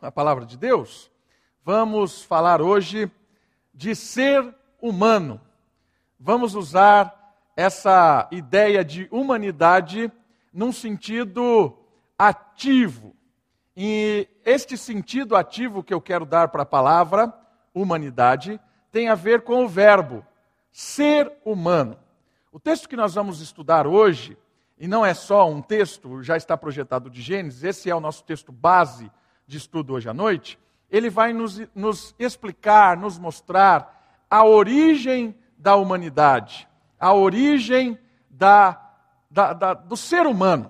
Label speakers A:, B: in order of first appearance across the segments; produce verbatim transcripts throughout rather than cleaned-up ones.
A: a palavra de Deus, vamos falar hoje de ser humano. Vamos usar essa ideia de humanidade num sentido ativo. E este sentido ativo que eu quero dar para a palavra humanidade tem a ver com o verbo ser humano. O texto que nós vamos estudar hoje, e não é só um texto, já está projetado de Gênesis, esse é o nosso texto base de estudo hoje à noite, ele vai nos, nos explicar, nos mostrar a origem da humanidade, a origem da, da, da, do ser humano.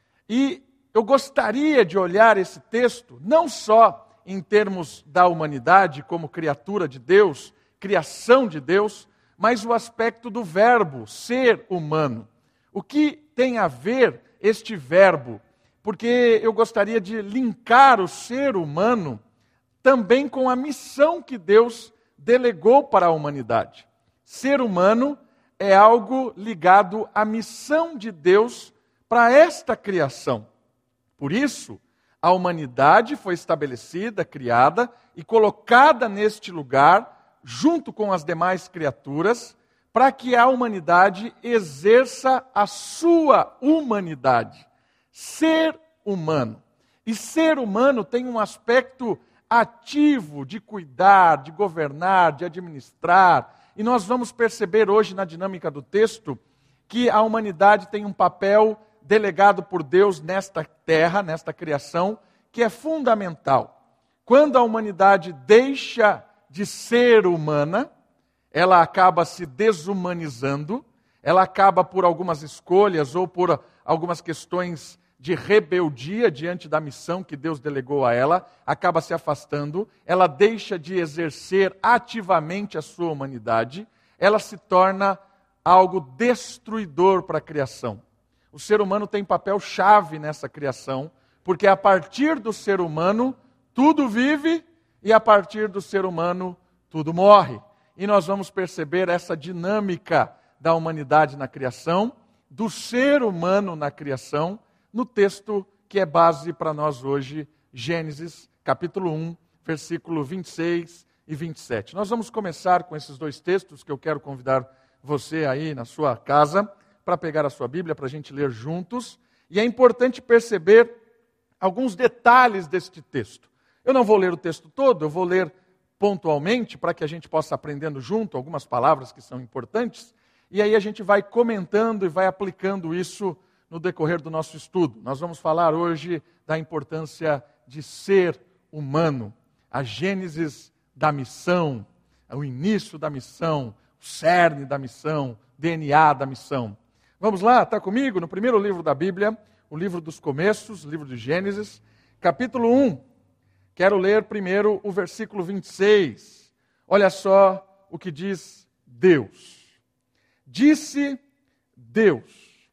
A: E eu gostaria de olhar esse texto não só em termos da humanidade como criatura de Deus, criação de Deus, mas o aspecto do verbo ser humano. O que tem a ver este verbo? Porque eu gostaria de linkar o ser humano também com a missão que Deus delegou para a humanidade. Ser humano é algo ligado à missão de Deus para esta criação. Por isso, a humanidade foi estabelecida, criada e colocada neste lugar, junto com as demais criaturas, para que a humanidade exerça a sua humanidade. Ser humano. E ser humano tem um aspecto ativo de cuidar, de governar, de administrar. E nós vamos perceber hoje na dinâmica do texto que a humanidade tem um papel delegado por Deus nesta terra, nesta criação, que é fundamental. Quando a humanidade deixa de ser humana, ela acaba se desumanizando, ela acaba por algumas escolhas ou por algumas questões de rebeldia diante da missão que Deus delegou a ela, acaba se afastando, ela deixa de exercer ativamente a sua humanidade, ela se torna algo destruidor para a criação. O ser humano tem papel chave nessa criação, porque a partir do ser humano tudo vive e a partir do ser humano tudo morre. E nós vamos perceber essa dinâmica da humanidade na criação, do ser humano na criação, no texto que é base para nós hoje, Gênesis, capítulo um, versículo vinte e seis e vinte e sete. Nós vamos começar com esses dois textos que eu quero convidar você aí na sua casa para pegar a sua Bíblia, para a gente ler juntos. E é importante perceber alguns detalhes deste texto. Eu não vou ler o texto todo, eu vou ler pontualmente, para que a gente possa aprendendo junto algumas palavras que são importantes, e aí a gente vai comentando e vai aplicando isso no decorrer do nosso estudo. Nós vamos falar hoje da importância de ser humano, a gênesis da missão, o início da missão, o cerne da missão, D N A da missão. Vamos lá, está comigo? No primeiro livro da Bíblia, o livro dos começos, o livro de Gênesis, capítulo um. Quero ler primeiro o versículo vinte e seis. Olha só o que diz Deus. Disse Deus: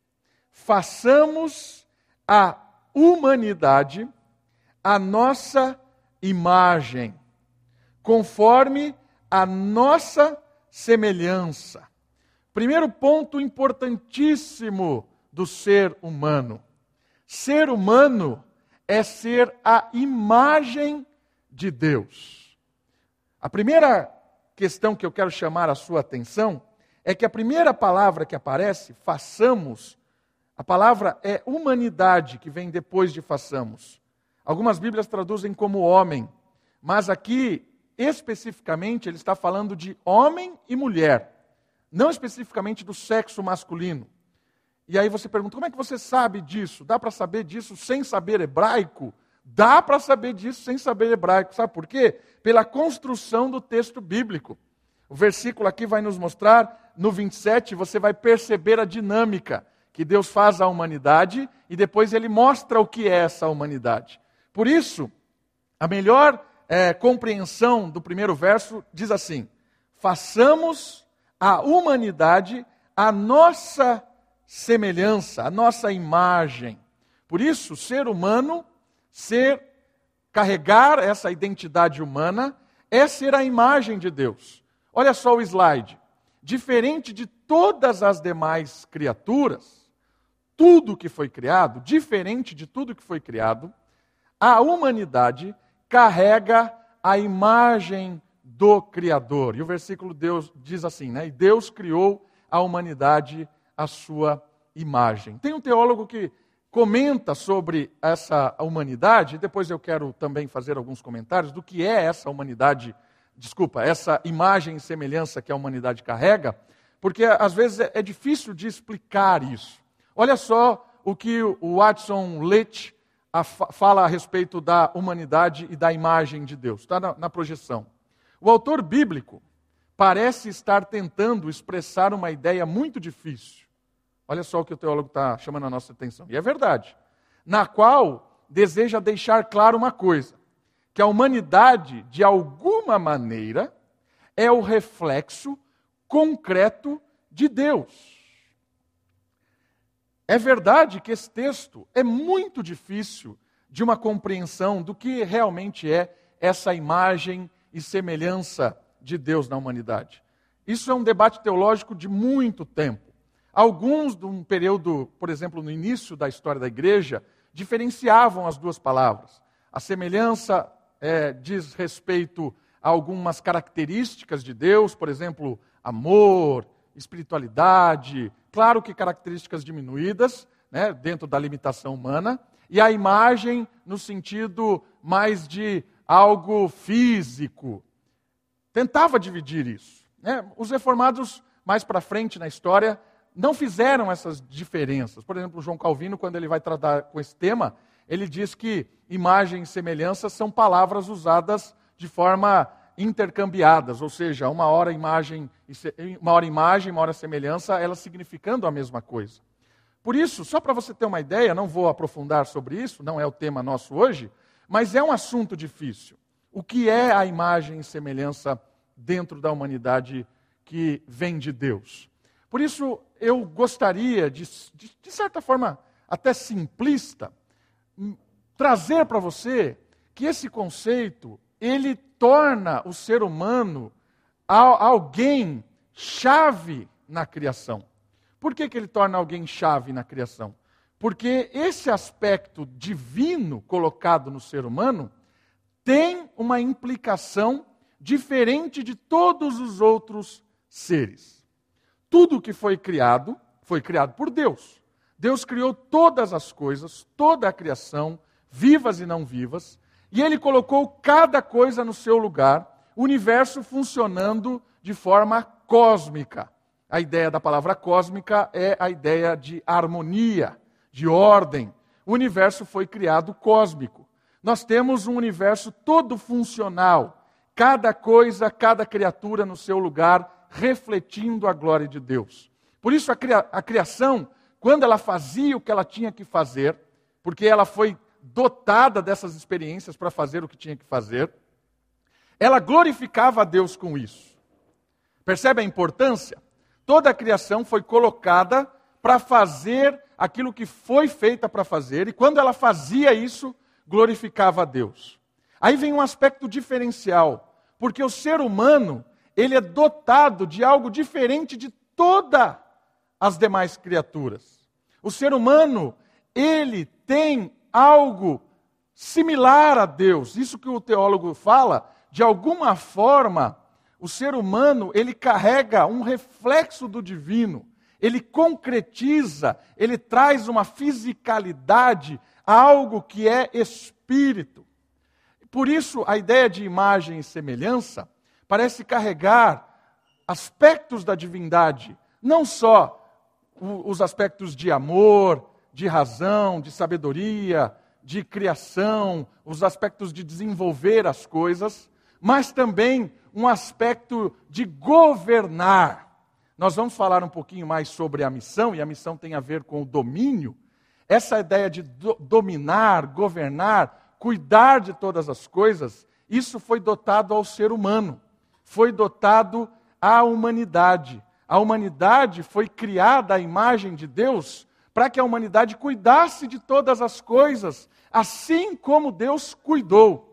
A: façamos a humanidade a nossa imagem, conforme a nossa semelhança. Primeiro ponto importantíssimo do ser humano. Ser humano é ser a imagem de Deus. A primeira questão que eu quero chamar a sua atenção é que a primeira palavra que aparece, façamos, a palavra é humanidade, que vem depois de façamos. Algumas Bíblias traduzem como homem, mas aqui, especificamente, ele está falando de homem e mulher, não especificamente do sexo masculino. E aí você pergunta, como é que você sabe disso? Dá para saber disso sem saber hebraico? Dá para saber disso sem saber hebraico. Sabe por quê? Pela construção do texto bíblico. O versículo aqui vai nos mostrar, no vinte e sete, você vai perceber a dinâmica que Deus faz à humanidade e depois ele mostra o que é essa humanidade. Por isso, a melhor é, compreensão do primeiro verso diz assim: façamos a humanidade a nossa semelhança, a nossa imagem. Por isso, ser humano, ser, carregar essa identidade humana, é ser a imagem de Deus. Olha só o slide. Diferente de todas as demais criaturas, tudo que foi criado, diferente de tudo que foi criado, a humanidade carrega a imagem do Criador. E o versículo Deus diz assim, né? E Deus criou a humanidade à sua imagem. Tem um teólogo que comenta sobre essa humanidade, e depois eu quero também fazer alguns comentários do que é essa humanidade, desculpa, essa imagem e semelhança que a humanidade carrega, porque às vezes é difícil de explicar isso. Olha só o que o Watson Leach fala a respeito da humanidade e da imagem de Deus. Está na, na projeção. O autor bíblico parece estar tentando expressar uma ideia muito difícil. Olha só o que o teólogo está chamando a nossa atenção. E é verdade. Na qual deseja deixar claro uma coisa. Que a humanidade, de alguma maneira, é o reflexo concreto de Deus. É verdade que esse texto é muito difícil de uma compreensão do que realmente é essa imagem e semelhança de Deus na humanidade. Isso é um debate teológico de muito tempo. Alguns, de um período, por exemplo, no início da história da igreja, diferenciavam as duas palavras. A semelhança é, diz respeito a algumas características de Deus, por exemplo, amor, espiritualidade, claro que características diminuídas, né, dentro da limitação humana, e a imagem no sentido mais de algo físico. Tentava dividir isso. Né? Os reformados, mais para frente na história, não fizeram essas diferenças. Por exemplo, João Calvino, quando ele vai tratar com esse tema, ele diz que imagem e semelhança são palavras usadas de forma intercambiadas, ou seja, uma hora imagem, uma hora imagem, uma hora semelhança, elas significando a mesma coisa. Por isso, só para você ter uma ideia, não vou aprofundar sobre isso, não é o tema nosso hoje, mas é um assunto difícil. O que é a imagem e semelhança dentro da humanidade que vem de Deus? Por isso, eu gostaria, de, de, de certa forma até simplista, trazer para você que esse conceito, ele torna o ser humano alguém chave na criação. Por que que ele torna alguém chave na criação? Porque esse aspecto divino colocado no ser humano tem uma implicação diferente de todos os outros seres. Tudo que foi criado, foi criado por Deus. Deus criou todas as coisas, toda a criação, vivas e não vivas, e Ele colocou cada coisa no seu lugar, o universo funcionando de forma cósmica. A ideia da palavra cósmica é a ideia de harmonia, de ordem. O universo foi criado cósmico. Nós temos um universo todo funcional, cada coisa, cada criatura no seu lugar, refletindo a glória de Deus. Por isso a, cria- a criação, quando ela fazia o que ela tinha que fazer, porque ela foi dotada dessas experiências para fazer o que tinha que fazer, ela glorificava a Deus com isso. Percebe a importância? Toda a criação foi colocada para fazer aquilo que foi feita para fazer, e quando ela fazia isso, glorificava a Deus. Aí vem um aspecto diferencial, porque o ser humano, ele é dotado de algo diferente de todas as demais criaturas. O ser humano, ele tem algo similar a Deus. Isso que o teólogo fala, de alguma forma, o ser humano, ele carrega um reflexo do divino. Ele concretiza, ele traz uma fisicalidade a algo que é espírito. Por isso, a ideia de imagem e semelhança parece carregar aspectos da divindade, não só os aspectos de amor, de razão, de sabedoria, de criação, os aspectos de desenvolver as coisas, mas também um aspecto de governar. Nós vamos falar um pouquinho mais sobre a missão, e a missão tem a ver com o domínio. Essa ideia de do, dominar, governar, cuidar de todas as coisas, isso foi dotado ao ser humano, foi dotado à humanidade. A humanidade foi criada à imagem de Deus para que a humanidade cuidasse de todas as coisas, assim como Deus cuidou.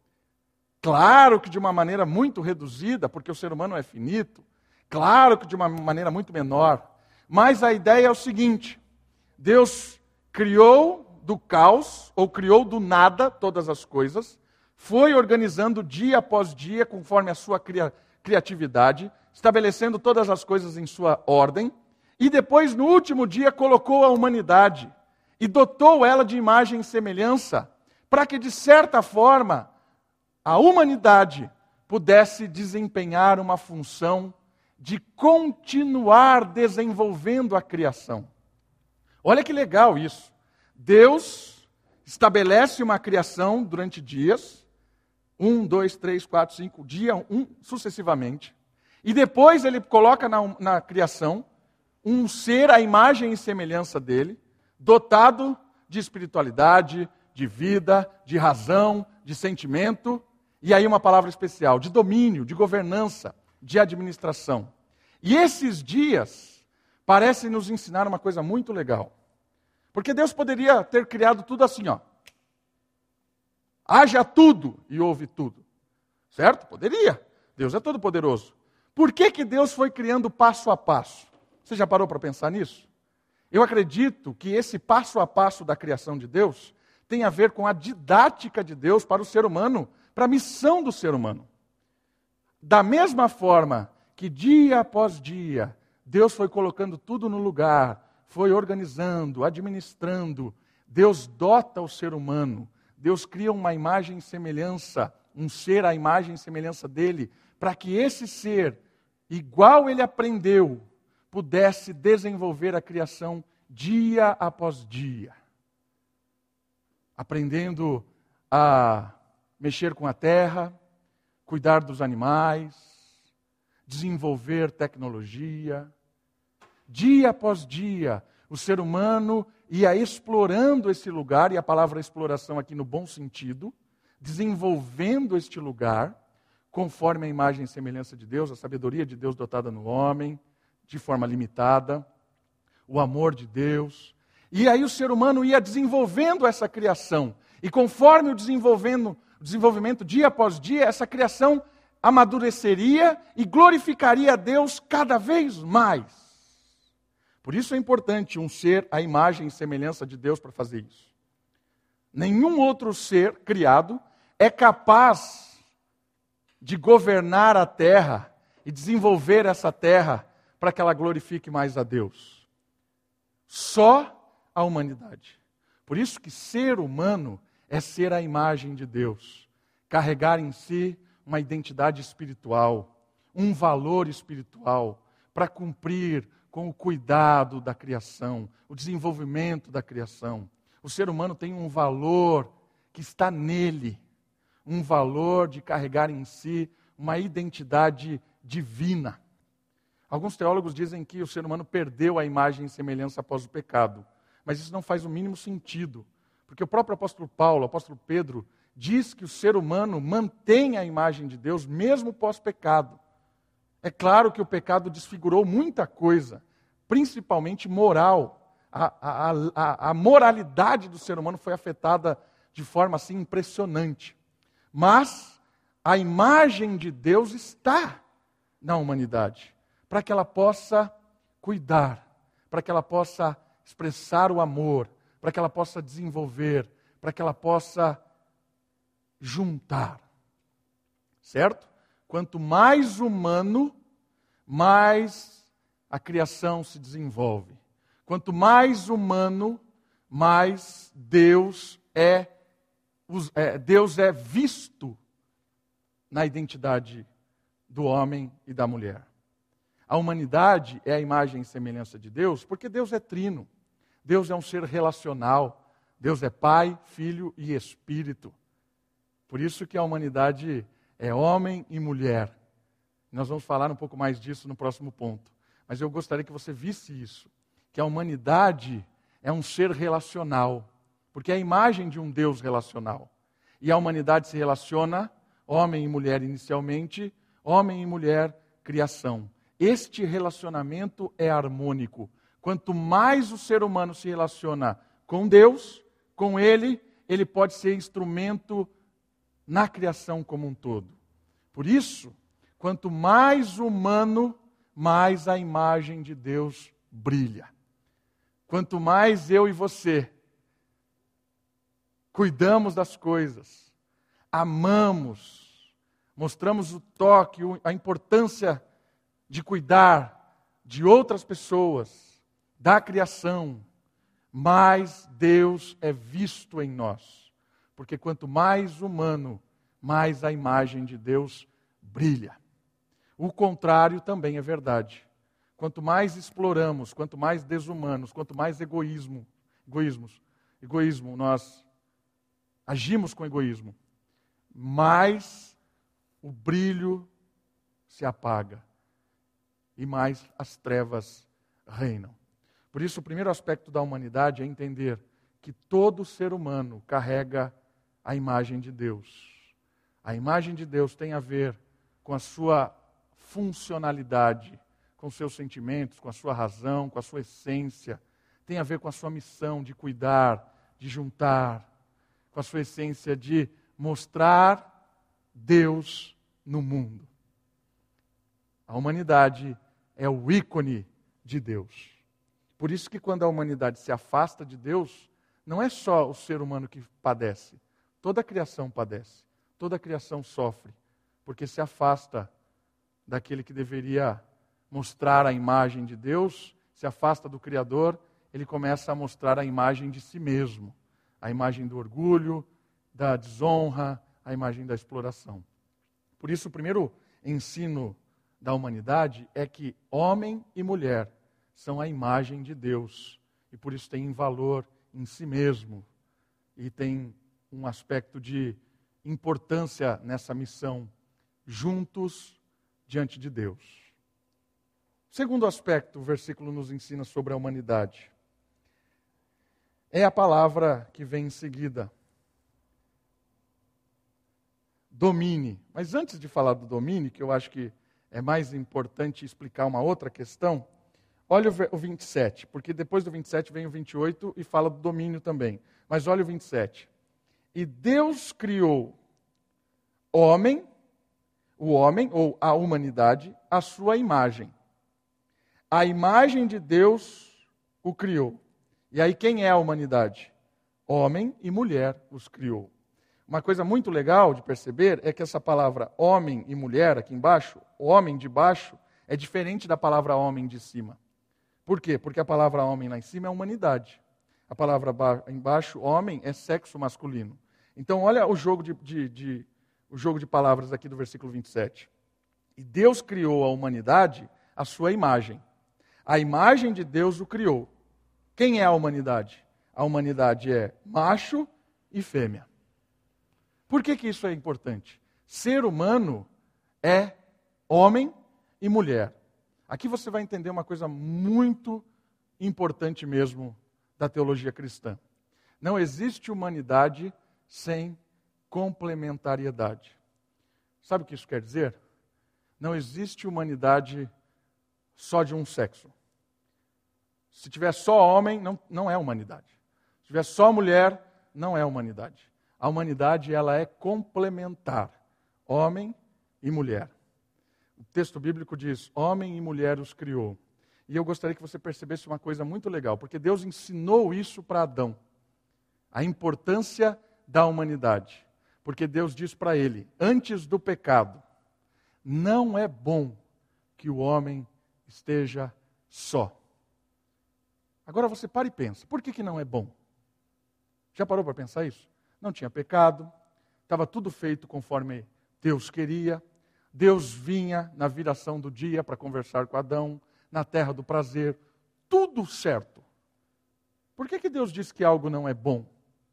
A: Claro que de uma maneira muito reduzida, porque o ser humano é finito. Claro que de uma maneira muito menor. Mas a ideia é o seguinte: Deus criou do caos, ou criou do nada todas as coisas, foi organizando dia após dia, conforme a sua cria- criatividade, estabelecendo todas as coisas em sua ordem, e depois, no último dia, colocou a humanidade e dotou ela de imagem e semelhança, para que, de certa forma, a humanidade pudesse desempenhar uma função de continuar desenvolvendo a criação. Olha que legal isso. Deus estabelece uma criação durante dias, um, dois, três, quatro, cinco, dia um, sucessivamente, e depois ele coloca na, na criação um ser à imagem e semelhança dele, dotado de espiritualidade, de vida, de razão, de sentimento, e aí uma palavra especial, de domínio, de governança, de administração. E esses dias parecem nos ensinar uma coisa muito legal. Porque Deus poderia ter criado tudo assim, ó. Haja tudo e ouve tudo. Certo? Poderia. Deus é todo poderoso. Por que que Deus foi criando passo a passo? Você já parou para pensar nisso? Eu acredito que esse passo a passo da criação de Deus tem a ver com a didática de Deus para o ser humano, para a missão do ser humano. Da mesma forma que dia após dia, Deus foi colocando tudo no lugar, foi organizando, administrando, Deus dota o ser humano, Deus cria uma imagem e semelhança, um ser à imagem e semelhança dele, para que esse ser, igual ele aprendeu, pudesse desenvolver a criação dia após dia. Aprendendo a mexer com a terra, cuidar dos animais, desenvolver tecnologia. Dia após dia, o ser humano ia explorando esse lugar, e a palavra exploração aqui no bom sentido, desenvolvendo este lugar, conforme a imagem e semelhança de Deus, a sabedoria de Deus dotada no homem, de forma limitada, o amor de Deus. E aí o ser humano ia desenvolvendo essa criação. E conforme o desenvolvendo, o desenvolvimento dia após dia, essa criação amadureceria e glorificaria a Deus cada vez mais. Por isso é importante um ser à imagem e semelhança de Deus para fazer isso. Nenhum outro ser criado é capaz de governar a terra e desenvolver essa terra para que ela glorifique mais a Deus. Só a humanidade. Por isso que ser humano é ser a imagem de Deus, carregar em si uma identidade espiritual, um valor espiritual, para cumprir com o cuidado da criação, o desenvolvimento da criação. O ser humano tem um valor que está nele, um valor de carregar em si uma identidade divina. Alguns teólogos dizem que o ser humano perdeu a imagem e semelhança após o pecado, mas isso não faz o mínimo sentido, porque o próprio apóstolo Paulo, o apóstolo Pedro, diz que o ser humano mantém a imagem de Deus mesmo pós-pecado. É claro que o pecado desfigurou muita coisa, principalmente moral. A, a, a, a moralidade do ser humano foi afetada de forma assim impressionante. Mas a imagem de Deus está na humanidade, para que ela possa cuidar, para que ela possa expressar o amor, para que ela possa desenvolver, para que ela possa juntar. Certo? Quanto mais humano, mais a criação se desenvolve. Quanto mais humano, mais Deus é, é, Deus é visto na identidade do homem e da mulher. A humanidade é a imagem e semelhança de Deus, porque Deus é trino. Deus é um ser relacional. Deus é Pai, Filho e Espírito. Por isso que a humanidade é homem e mulher. Nós vamos falar um pouco mais disso no próximo ponto. Mas eu gostaria que você visse isso, que a humanidade é um ser relacional, porque é a imagem de um Deus relacional. E a humanidade se relaciona, homem e mulher inicialmente, homem e mulher, criação. Este relacionamento é harmônico. Quanto mais o ser humano se relaciona com Deus, com Ele, ele pode ser instrumento na criação como um todo. Por isso, quanto mais humano, mais a imagem de Deus brilha. Quanto mais eu e você cuidamos das coisas, amamos, mostramos o toque, a importância de cuidar de outras pessoas, da criação, mais Deus é visto em nós. Porque quanto mais humano, mais a imagem de Deus brilha. O contrário também é verdade. Quanto mais exploramos, quanto mais desumanos, quanto mais egoísmo, egoísmos, egoísmo, nós agimos com egoísmo, mais o brilho se apaga e mais as trevas reinam. Por isso, o primeiro aspecto da humanidade é entender que todo ser humano carrega a imagem de Deus. A imagem de Deus tem a ver com a sua funcionalidade, com os seus sentimentos, com a sua razão, com a sua essência. Tem a ver com a sua missão de cuidar, de juntar, com a sua essência de mostrar Deus no mundo. A humanidade é o ícone de Deus. Por isso que quando a humanidade se afasta de Deus, não é só o ser humano que padece. Toda a criação padece. Toda a criação sofre. Porque se afasta daquele que deveria mostrar a imagem de Deus, se afasta do Criador, ele começa a mostrar a imagem de si mesmo. A imagem do orgulho, da desonra, a imagem da exploração. Por isso, o primeiro ensino da humanidade é que homem e mulher são a imagem de Deus. E por isso têm valor em si mesmo. E tem um aspecto de importância nessa missão, juntos diante de Deus. Segundo aspecto, o versículo nos ensina sobre a humanidade. É a palavra que vem em seguida. Domine. Mas antes de falar do domine, que eu acho que é mais importante explicar uma outra questão, olha o vinte e sete, porque depois do vinte e sete vem o vinte e oito e fala do domínio também. Mas olha o vinte e sete. E Deus criou homem, o homem, ou a humanidade, à sua imagem. A imagem de Deus o criou. E aí quem é a humanidade? Homem e mulher os criou. Uma coisa muito legal de perceber é que essa palavra homem e mulher aqui embaixo, homem de baixo, é diferente da palavra homem de cima. Por quê? Porque a palavra homem lá em cima é humanidade. A palavra embaixo, homem, é sexo masculino. Então olha o jogo de, de, de, o jogo de palavras aqui do versículo vinte e sete. E Deus criou a humanidade à sua imagem. A imagem de Deus o criou. Quem é a humanidade? A humanidade é macho e fêmea. Por que que isso é importante? Ser humano é homem e mulher. Aqui você vai entender uma coisa muito importante mesmo da teologia cristã. Não existe humanidade sem complementariedade. Sabe o que isso quer dizer? Não existe humanidade só de um sexo. Se tiver só homem, não, não é humanidade. Se tiver só mulher, não é humanidade. A humanidade, ela é complementar. Homem e mulher. O texto bíblico diz, homem e mulher os criou. E eu gostaria que você percebesse uma coisa muito legal, porque Deus ensinou isso para Adão. A importância da humanidade. Porque Deus diz para ele, antes do pecado, não é bom que o homem esteja só. Agora você para e pensa, por que que não é bom? Já parou para pensar isso? Não tinha pecado, estava tudo feito conforme Deus queria. Deus vinha na viração do dia para conversar com Adão, na terra do prazer, tudo certo. Por que que Deus diz que algo não é bom?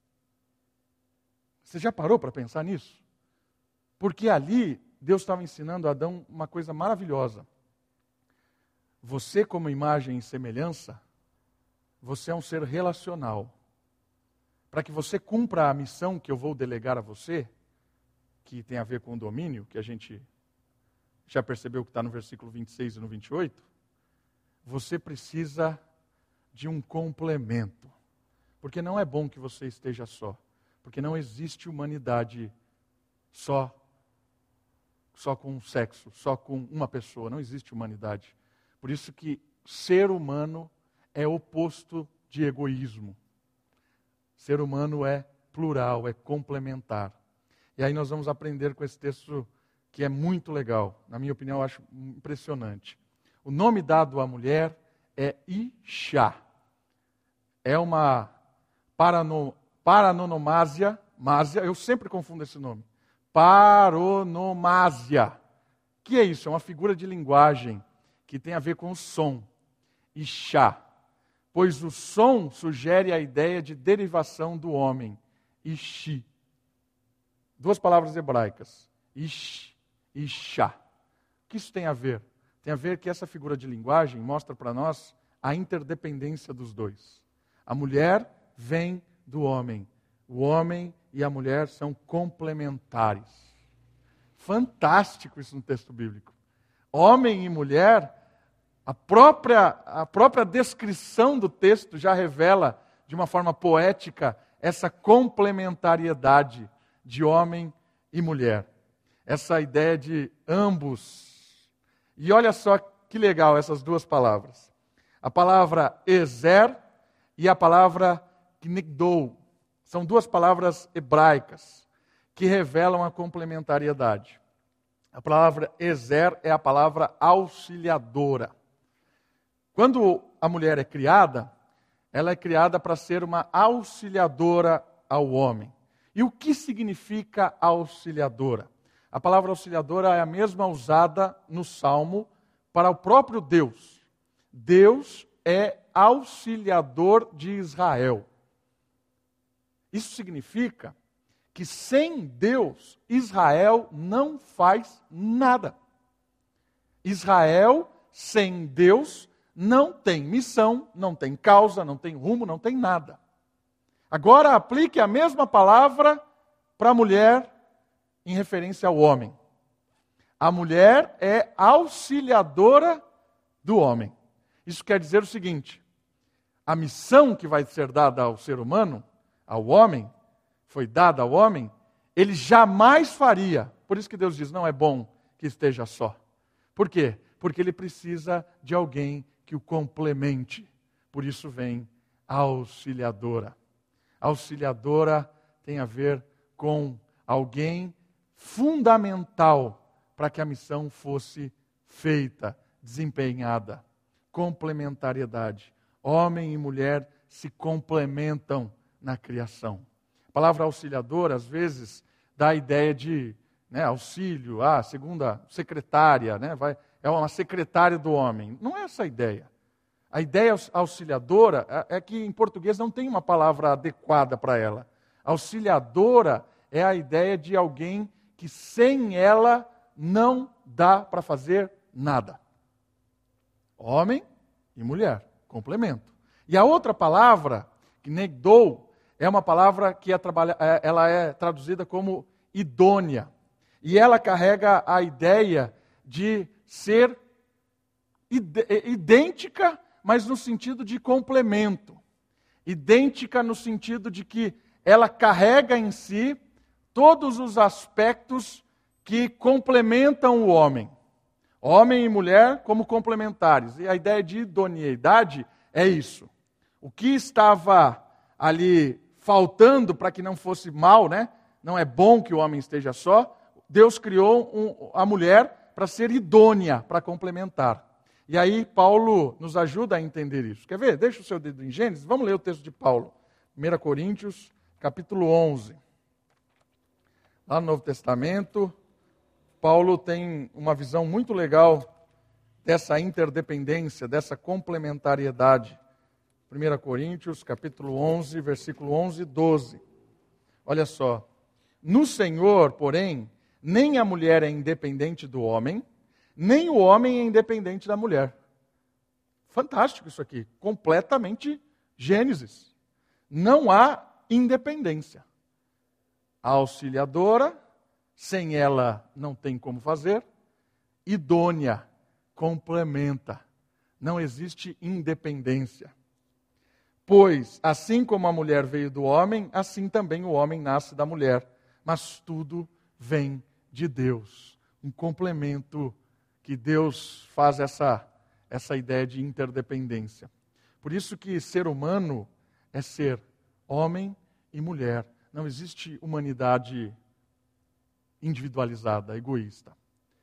A: Você já parou para pensar nisso? Porque ali Deus estava ensinando a Adão uma coisa maravilhosa. Você, como imagem e semelhança, você é um ser relacional. Para que você cumpra a missão que eu vou delegar a você, que tem a ver com o domínio, que a gente já percebeu que está no versículo vinte e seis e no vinte e oito, você precisa de um complemento. Porque não é bom que você esteja só. Porque não existe humanidade só, só com um sexo, só com uma pessoa. Não existe humanidade. Por isso que ser humano é oposto de egoísmo. Ser humano é plural, é complementar. E aí nós vamos aprender com esse texto que é muito legal. Na minha opinião, eu acho impressionante. O nome dado à mulher é Isha. É uma parano, paranonomásia, másia, eu sempre confundo esse nome. Paronomásia. O que é isso? É uma figura de linguagem que tem a ver com o som. Isha. Pois o som sugere a ideia de derivação do homem. Ishi. Duas palavras hebraicas. Ish, Isha. O que isso tem a ver? Tem a ver que essa figura de linguagem mostra para nós a interdependência dos dois. A mulher vem do homem. O homem e a mulher são complementares. Fantástico isso no texto bíblico. Homem e mulher, a própria, a própria descrição do texto já revela de uma forma poética essa complementariedade de homem e mulher. Essa ideia de ambos. E olha só que legal essas duas palavras. A palavra ezer e a palavra knegdou. São duas palavras hebraicas que revelam a complementariedade. A palavra ezer é a palavra auxiliadora. Quando a mulher é criada, ela é criada para ser uma auxiliadora ao homem. E o que significa auxiliadora? A palavra auxiliadora é a mesma usada no Salmo para o próprio Deus. Deus é auxiliador de Israel. Isso significa que sem Deus, Israel não faz nada. Israel, sem Deus, não tem missão, não tem causa, não tem rumo, não tem nada. Agora aplique a mesma palavra para a mulher em referência ao homem. A mulher é auxiliadora do homem. Isso quer dizer o seguinte: a missão que vai ser dada ao ser humano, ao homem, foi dada ao homem, ele jamais faria. Por isso que Deus diz, não é bom que esteja só. Por quê? Porque ele precisa de alguém que o complemente. Por isso vem a auxiliadora. A auxiliadora tem a ver com alguém fundamental para que a missão fosse feita, desempenhada. Complementariedade. Homem e mulher se complementam na criação. A palavra auxiliadora, às vezes, dá a ideia de né, auxílio, ah, segunda secretária, né, vai, é uma secretária do homem. Não é essa a ideia. A ideia auxiliadora é que em português não tem uma palavra adequada para ela. Auxiliadora é a ideia de alguém que sem ela não dá para fazer nada. Homem e mulher, complemento. E a outra palavra, knegdou, é uma palavra que é trabalha, ela é traduzida como idônea. E ela carrega a ideia de ser idêntica, mas no sentido de complemento. Idêntica no sentido de que ela carrega em si todos os aspectos que complementam o homem. Homem e mulher como complementares. E a ideia de idoneidade é isso. O que estava ali faltando para que não fosse mal, né? Não é bom que o homem esteja só. Deus criou um, a mulher para ser idônea, para complementar. E aí Paulo nos ajuda a entender isso. Quer ver? Deixa o seu dedo em Gênesis. Vamos ler o texto de Paulo. primeira Coríntios, capítulo onze. Lá no Novo Testamento, Paulo tem uma visão muito legal dessa interdependência, dessa complementariedade. primeira Coríntios, capítulo onze, versículo onze e doze. Olha só. No Senhor, porém, nem a mulher é independente do homem, nem o homem é independente da mulher. Fantástico isso aqui. Completamente Gênesis. Não há independência. A auxiliadora, sem ela não tem como fazer. Idônea, complementa. Não existe independência. Pois, assim como a mulher veio do homem, assim também o homem nasce da mulher. Mas tudo vem de Deus. Um complemento que Deus faz essa, essa ideia de interdependência. Por isso que ser humano é ser homem e mulher. Não existe humanidade individualizada, egoísta.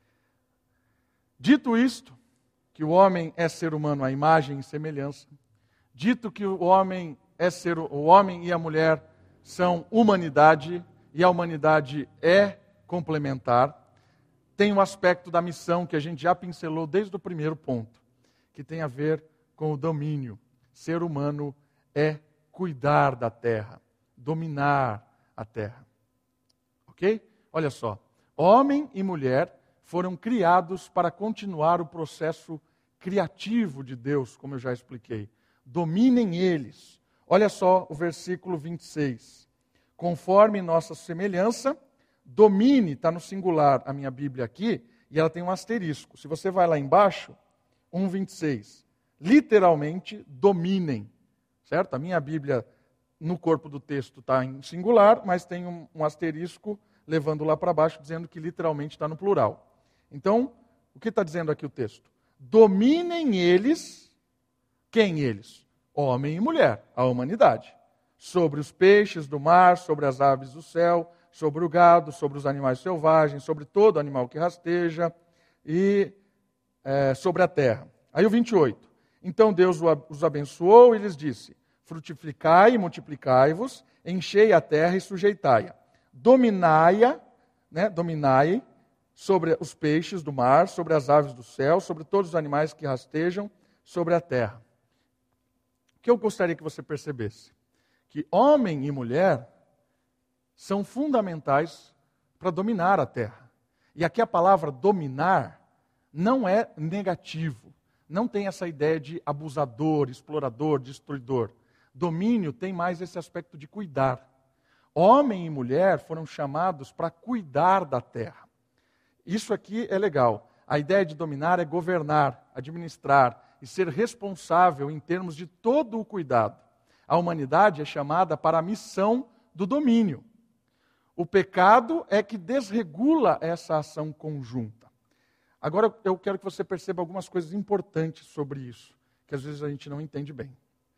A: Dito isto, que o homem é ser humano à imagem e semelhança, dito que o homem é ser o homem e a mulher são humanidade e a humanidade é complementar, tem um aspecto da missão que a gente já pincelou desde o primeiro ponto, que tem a ver com o domínio. Ser humano é cuidar da terra, dominar a terra. Ok? Olha só, homem e mulher foram criados para continuar o processo criativo de Deus, como eu já expliquei. Dominem eles. Olha só o versículo vinte e seis. Conforme nossa semelhança, domine, está no singular a minha Bíblia aqui, e ela tem um asterisco. Se você vai lá embaixo, um, vinte e seis. Literalmente, dominem. Certo? A minha Bíblia, no corpo do texto, está em singular, mas tem um, um asterisco levando lá para baixo, dizendo que literalmente está no plural. Então, o que está dizendo aqui o texto? Dominem eles, quem eles? Homem e mulher, a humanidade. Sobre os peixes do mar, sobre as aves do céu, sobre o gado, sobre os animais selvagens, sobre todo animal que rasteja e é, sobre a terra. Aí o vinte e oito. Então Deus os abençoou e lhes disse: frutificai e multiplicai-vos, enchei a terra e sujeitai-a. Dominai-a, né, dominai sobre os peixes do mar, sobre as aves do céu, sobre todos os animais que rastejam sobre a terra. O que eu gostaria que você percebesse? Que homem e mulher são fundamentais para dominar a terra. E aqui a palavra dominar não é negativo. Não tem essa ideia de abusador, explorador, destruidor. Domínio tem mais esse aspecto de cuidar. Homem e mulher foram chamados para cuidar da terra. Isso aqui é legal. A ideia de dominar é governar, administrar e ser responsável em termos de todo o cuidado. A humanidade é chamada para a missão do domínio. O pecado é que desregula essa ação conjunta. Agora eu quero que você perceba algumas coisas importantes sobre isso, que às vezes a gente não entende bem.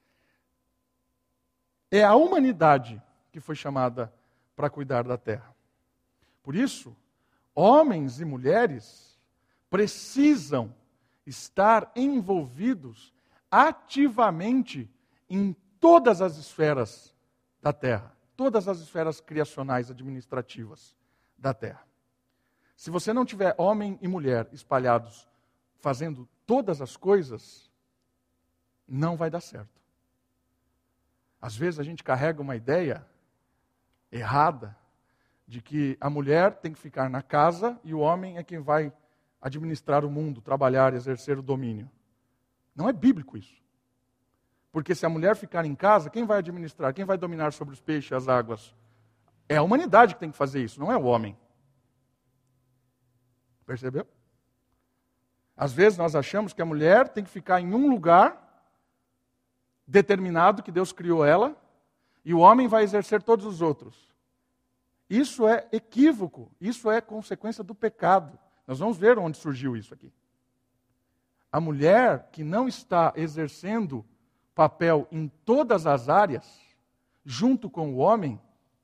A: É a humanidade que foi chamada para cuidar da terra. Por isso, homens e mulheres precisam estar envolvidos ativamente em todas as esferas da terra, todas as esferas criacionais administrativas da terra. Se você não tiver homem e mulher espalhados fazendo todas as coisas, não vai dar certo. Às vezes a gente carrega uma ideia errada de que a mulher tem que ficar na casa e o homem é quem vai administrar o mundo, trabalhar, exercer o domínio. Não é bíblico isso. Porque se a mulher ficar em casa, quem vai administrar? Quem vai dominar sobre os peixes e as águas? É a humanidade que tem que fazer isso, não é o homem. Percebeu? Às vezes nós achamos que a mulher tem que ficar em um lugar determinado que Deus criou ela, e o homem vai exercer todos os outros. Isso é equívoco, isso é consequência do pecado. Nós vamos ver onde surgiu isso aqui. A mulher que não está exercendo papel em todas as áreas, junto com o homem,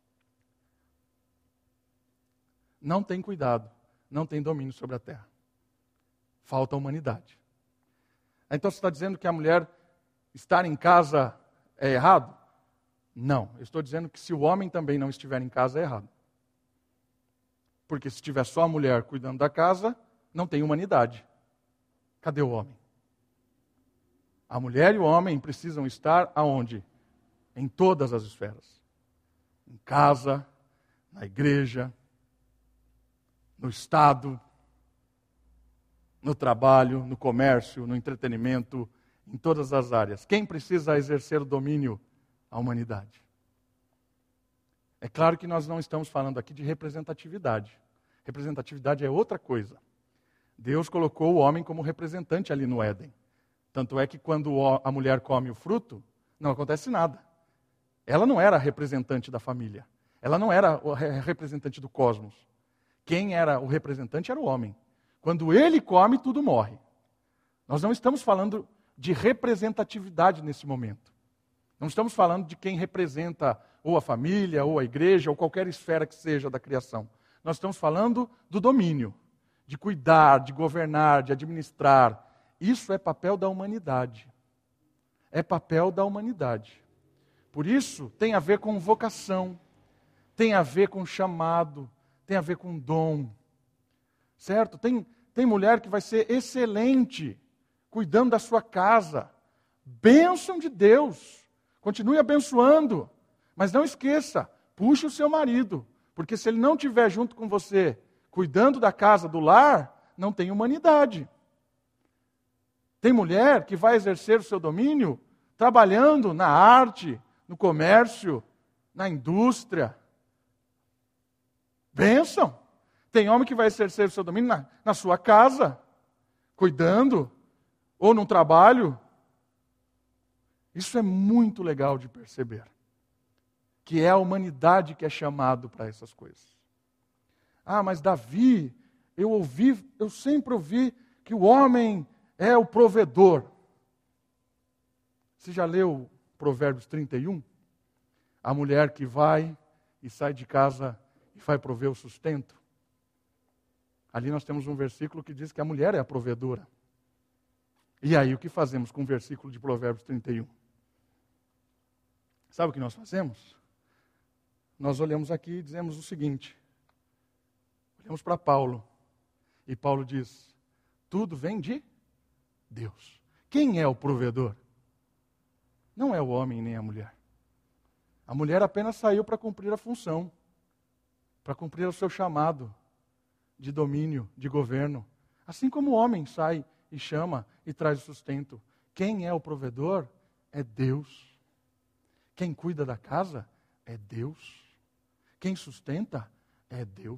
A: não tem cuidado, não tem domínio sobre a terra. Falta humanidade. Então você está dizendo que a mulher estar em casa é errado? Não, eu estou dizendo que se o homem também não estiver em casa é errado. Porque se tiver só a mulher cuidando da casa, não tem humanidade. Cadê o homem? A mulher e o homem precisam estar aonde? Em todas as esferas. Em casa, na igreja, no Estado, no trabalho, no comércio, no entretenimento, em todas as áreas. Quem precisa exercer o domínio? A humanidade. É claro que nós não estamos falando aqui de representatividade. Representatividade é outra coisa. Deus colocou o homem como representante ali no Éden. Tanto é que quando a mulher come o fruto, não acontece nada. Ela não era a representante da família. Ela não era a representante do cosmos. Quem era o representante era o homem. Quando ele come, tudo morre. Nós não estamos falando de representatividade nesse momento. Não estamos falando de quem representa ou a família, ou a igreja, ou qualquer esfera que seja da criação. nós estamos falando do domínio, de cuidar, de governar, de administrar. Isso é papel da humanidade. É papel da humanidade. Por isso, tem a ver com vocação, tem a ver com chamado, tem a ver com dom. Certo? Tem, tem mulher que vai ser excelente cuidando da sua casa. Bênção de Deus. Continue abençoando. Mas não esqueça, puxe o seu marido. Porque se ele não estiver junto com você, cuidando da casa, do lar, não tem humanidade. Tem mulher que vai exercer o seu domínio trabalhando na arte, no comércio, na indústria. Bênção. Tem homem que vai exercer o seu domínio na, na sua casa, cuidando, ou num trabalho. Isso é muito legal de perceber. Que é a humanidade que é chamado para essas coisas. Ah, mas Davi, eu ouvi, eu sempre ouvi que o homem é o provedor. Você já leu Provérbios trinta e um? A mulher que vai e sai de casa e vai prover o sustento. Ali nós temos um versículo que diz que a mulher é a provedora. E aí o que fazemos com o versículo de Provérbios trinta e um? Sabe o que nós fazemos? Nós olhamos aqui e dizemos o seguinte. Olhamos para Paulo. E Paulo diz, tudo vem de Deus. Quem é o provedor? Não é o homem nem a mulher. A mulher apenas saiu para cumprir a função, para cumprir o seu chamado de domínio, de governo. Assim como o homem sai e chama e traz o sustento. Quem é o provedor é Deus. Quem cuida da casa é Deus. Quem sustenta é Deus.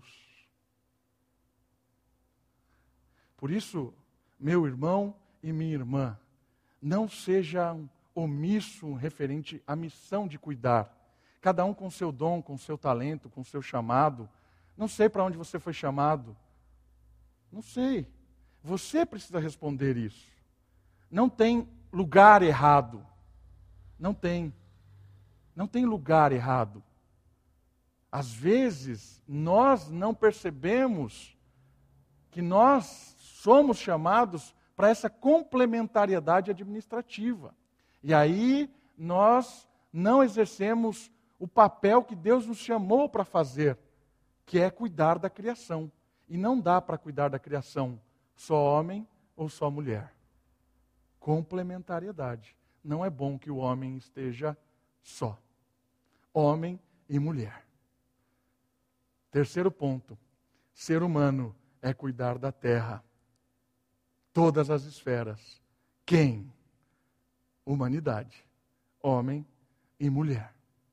A: Por isso, meu irmão e minha irmã, não sejam omisso referente à missão de cuidar. Cada um com seu dom, com seu talento, com seu chamado. Não sei para onde você foi chamado. Não sei. Você precisa responder isso. Não tem lugar errado. Não tem. Não tem lugar errado. Às vezes, nós não percebemos que nós somos chamados para essa complementariedade administrativa. E aí, nós não exercemos o papel que Deus nos chamou para fazer, que é cuidar da criação. E não dá para cuidar da criação só homem ou só mulher. Complementariedade. Não é bom que o homem esteja só. Homem e mulher. Terceiro ponto. Ser humano é cuidar da terra. Todas as esferas. Quem? Humanidade. Homem e mulher.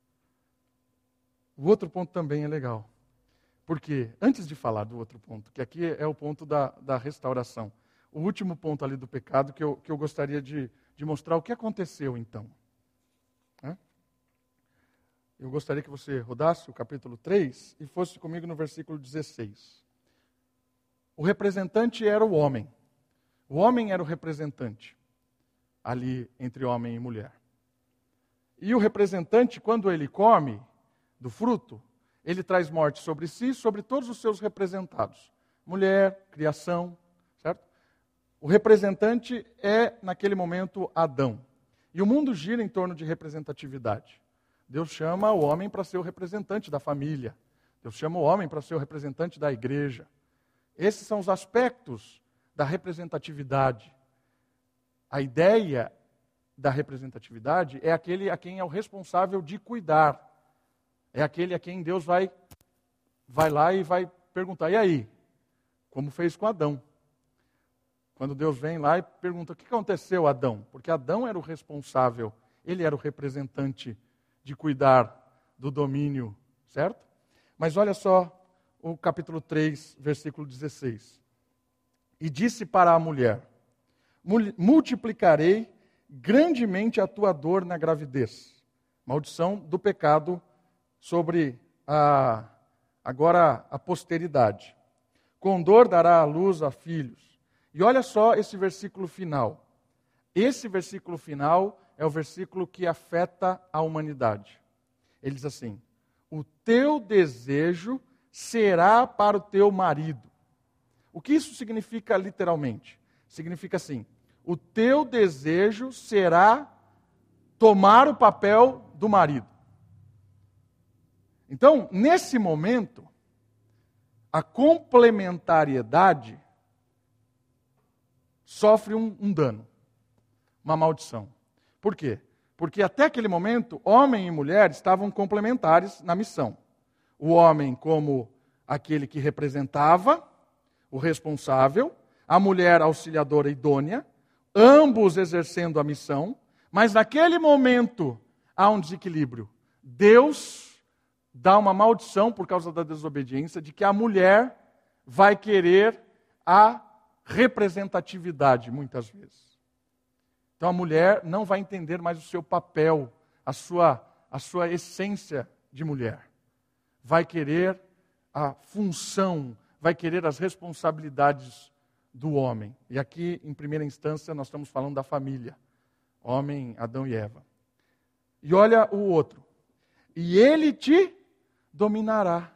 A: O outro ponto também é legal. Porque, antes de falar do outro ponto, que aqui é o ponto da, da restauração, o último ponto ali do pecado que eu, que eu gostaria de, de mostrar o que aconteceu então. É? Eu gostaria que você rodasse o capítulo três e fosse comigo no versículo dezesseis. O representante era o homem. O homem era o representante, ali entre homem e mulher. E o representante, quando ele come do fruto, ele traz morte sobre si e sobre todos os seus representados. Mulher, criação, certo? O representante é, naquele momento, Adão. E o mundo gira em torno de representatividade. Deus chama o homem para ser o representante da família. Deus chama o homem para ser o representante da igreja. Esses são os aspectos da representatividade. A ideia da representatividade é aquele a quem é o responsável de cuidar. É aquele a quem Deus vai, vai lá e vai perguntar, e aí? Como fez com Adão. Quando Deus vem lá e pergunta, o que aconteceu, Adão? Porque Adão era o responsável, ele era o representante de cuidar do domínio, certo? Mas olha só o capítulo três, versículo dezesseis. E disse para a mulher, multiplicarei grandemente a tua dor na gravidez. Maldição do pecado sobre a, agora a posteridade. Com dor dará a luz a filhos. E olha só esse versículo final. Esse versículo final é o versículo que afeta a humanidade. Ele diz assim, o teu desejo será para o teu marido. O que isso significa literalmente? Significa assim: o teu desejo será tomar o papel do marido. Então, nesse momento, a complementariedade sofre um, um dano, uma maldição. Por quê? Porque até aquele momento, homem e mulher estavam complementares na missão. O homem como aquele que representava, o responsável, a mulher auxiliadora idônea, ambos exercendo a missão, mas naquele momento há um desequilíbrio. Deus dá uma maldição por causa da desobediência de que a mulher vai querer a representatividade, muitas vezes. Então a mulher não vai entender mais o seu papel, a sua, a sua essência de mulher. Vai querer a função, vai querer as responsabilidades do homem. E aqui, em primeira instância, nós estamos falando da família. Homem, Adão e Eva. E olha o outro. E ele te dominará.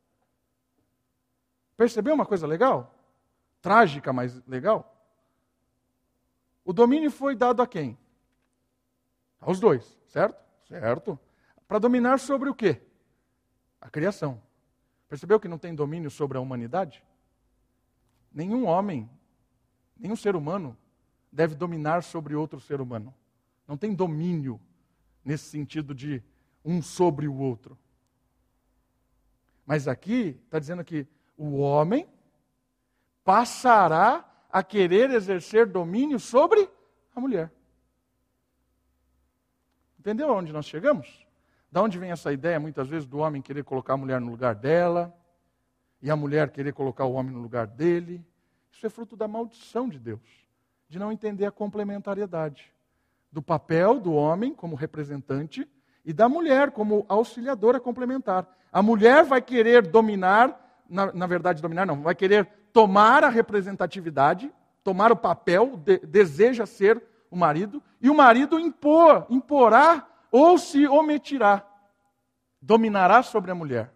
A: Percebeu uma coisa legal? Trágica, mas legal? O domínio foi dado a quem? Aos dois, certo? Certo. Para dominar sobre o quê? A criação. Percebeu que não tem domínio sobre a humanidade? Nenhum homem, nenhum ser humano deve dominar sobre outro ser humano. Não tem domínio nesse sentido de um sobre o outro. Mas aqui está dizendo que o homem passará a querer exercer domínio sobre a mulher. Entendeu aonde nós chegamos? Da onde vem essa ideia, muitas vezes, do homem querer colocar a mulher no lugar dela, e a mulher querer colocar o homem no lugar dele? Isso é fruto da maldição de Deus, de não entender a complementariedade do papel do homem como representante e da mulher como auxiliadora complementar. A mulher vai querer dominar, na, na verdade dominar não, vai querer tomar a representatividade, tomar o papel, de, deseja ser o marido, e o marido impor, imporá ou se omitirá, dominará sobre a mulher.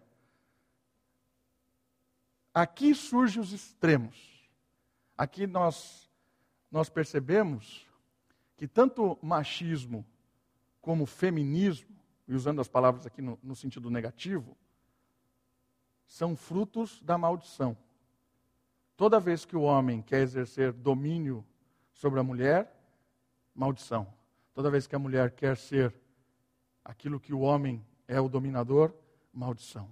A: Aqui surgem os extremos. Aqui nós, nós percebemos que tanto machismo como feminismo, e usando as palavras aqui no, no sentido negativo, são frutos da maldição. Toda vez que o homem quer exercer domínio sobre a mulher, maldição. Toda vez que a mulher quer ser aquilo que o homem é o dominador, maldição.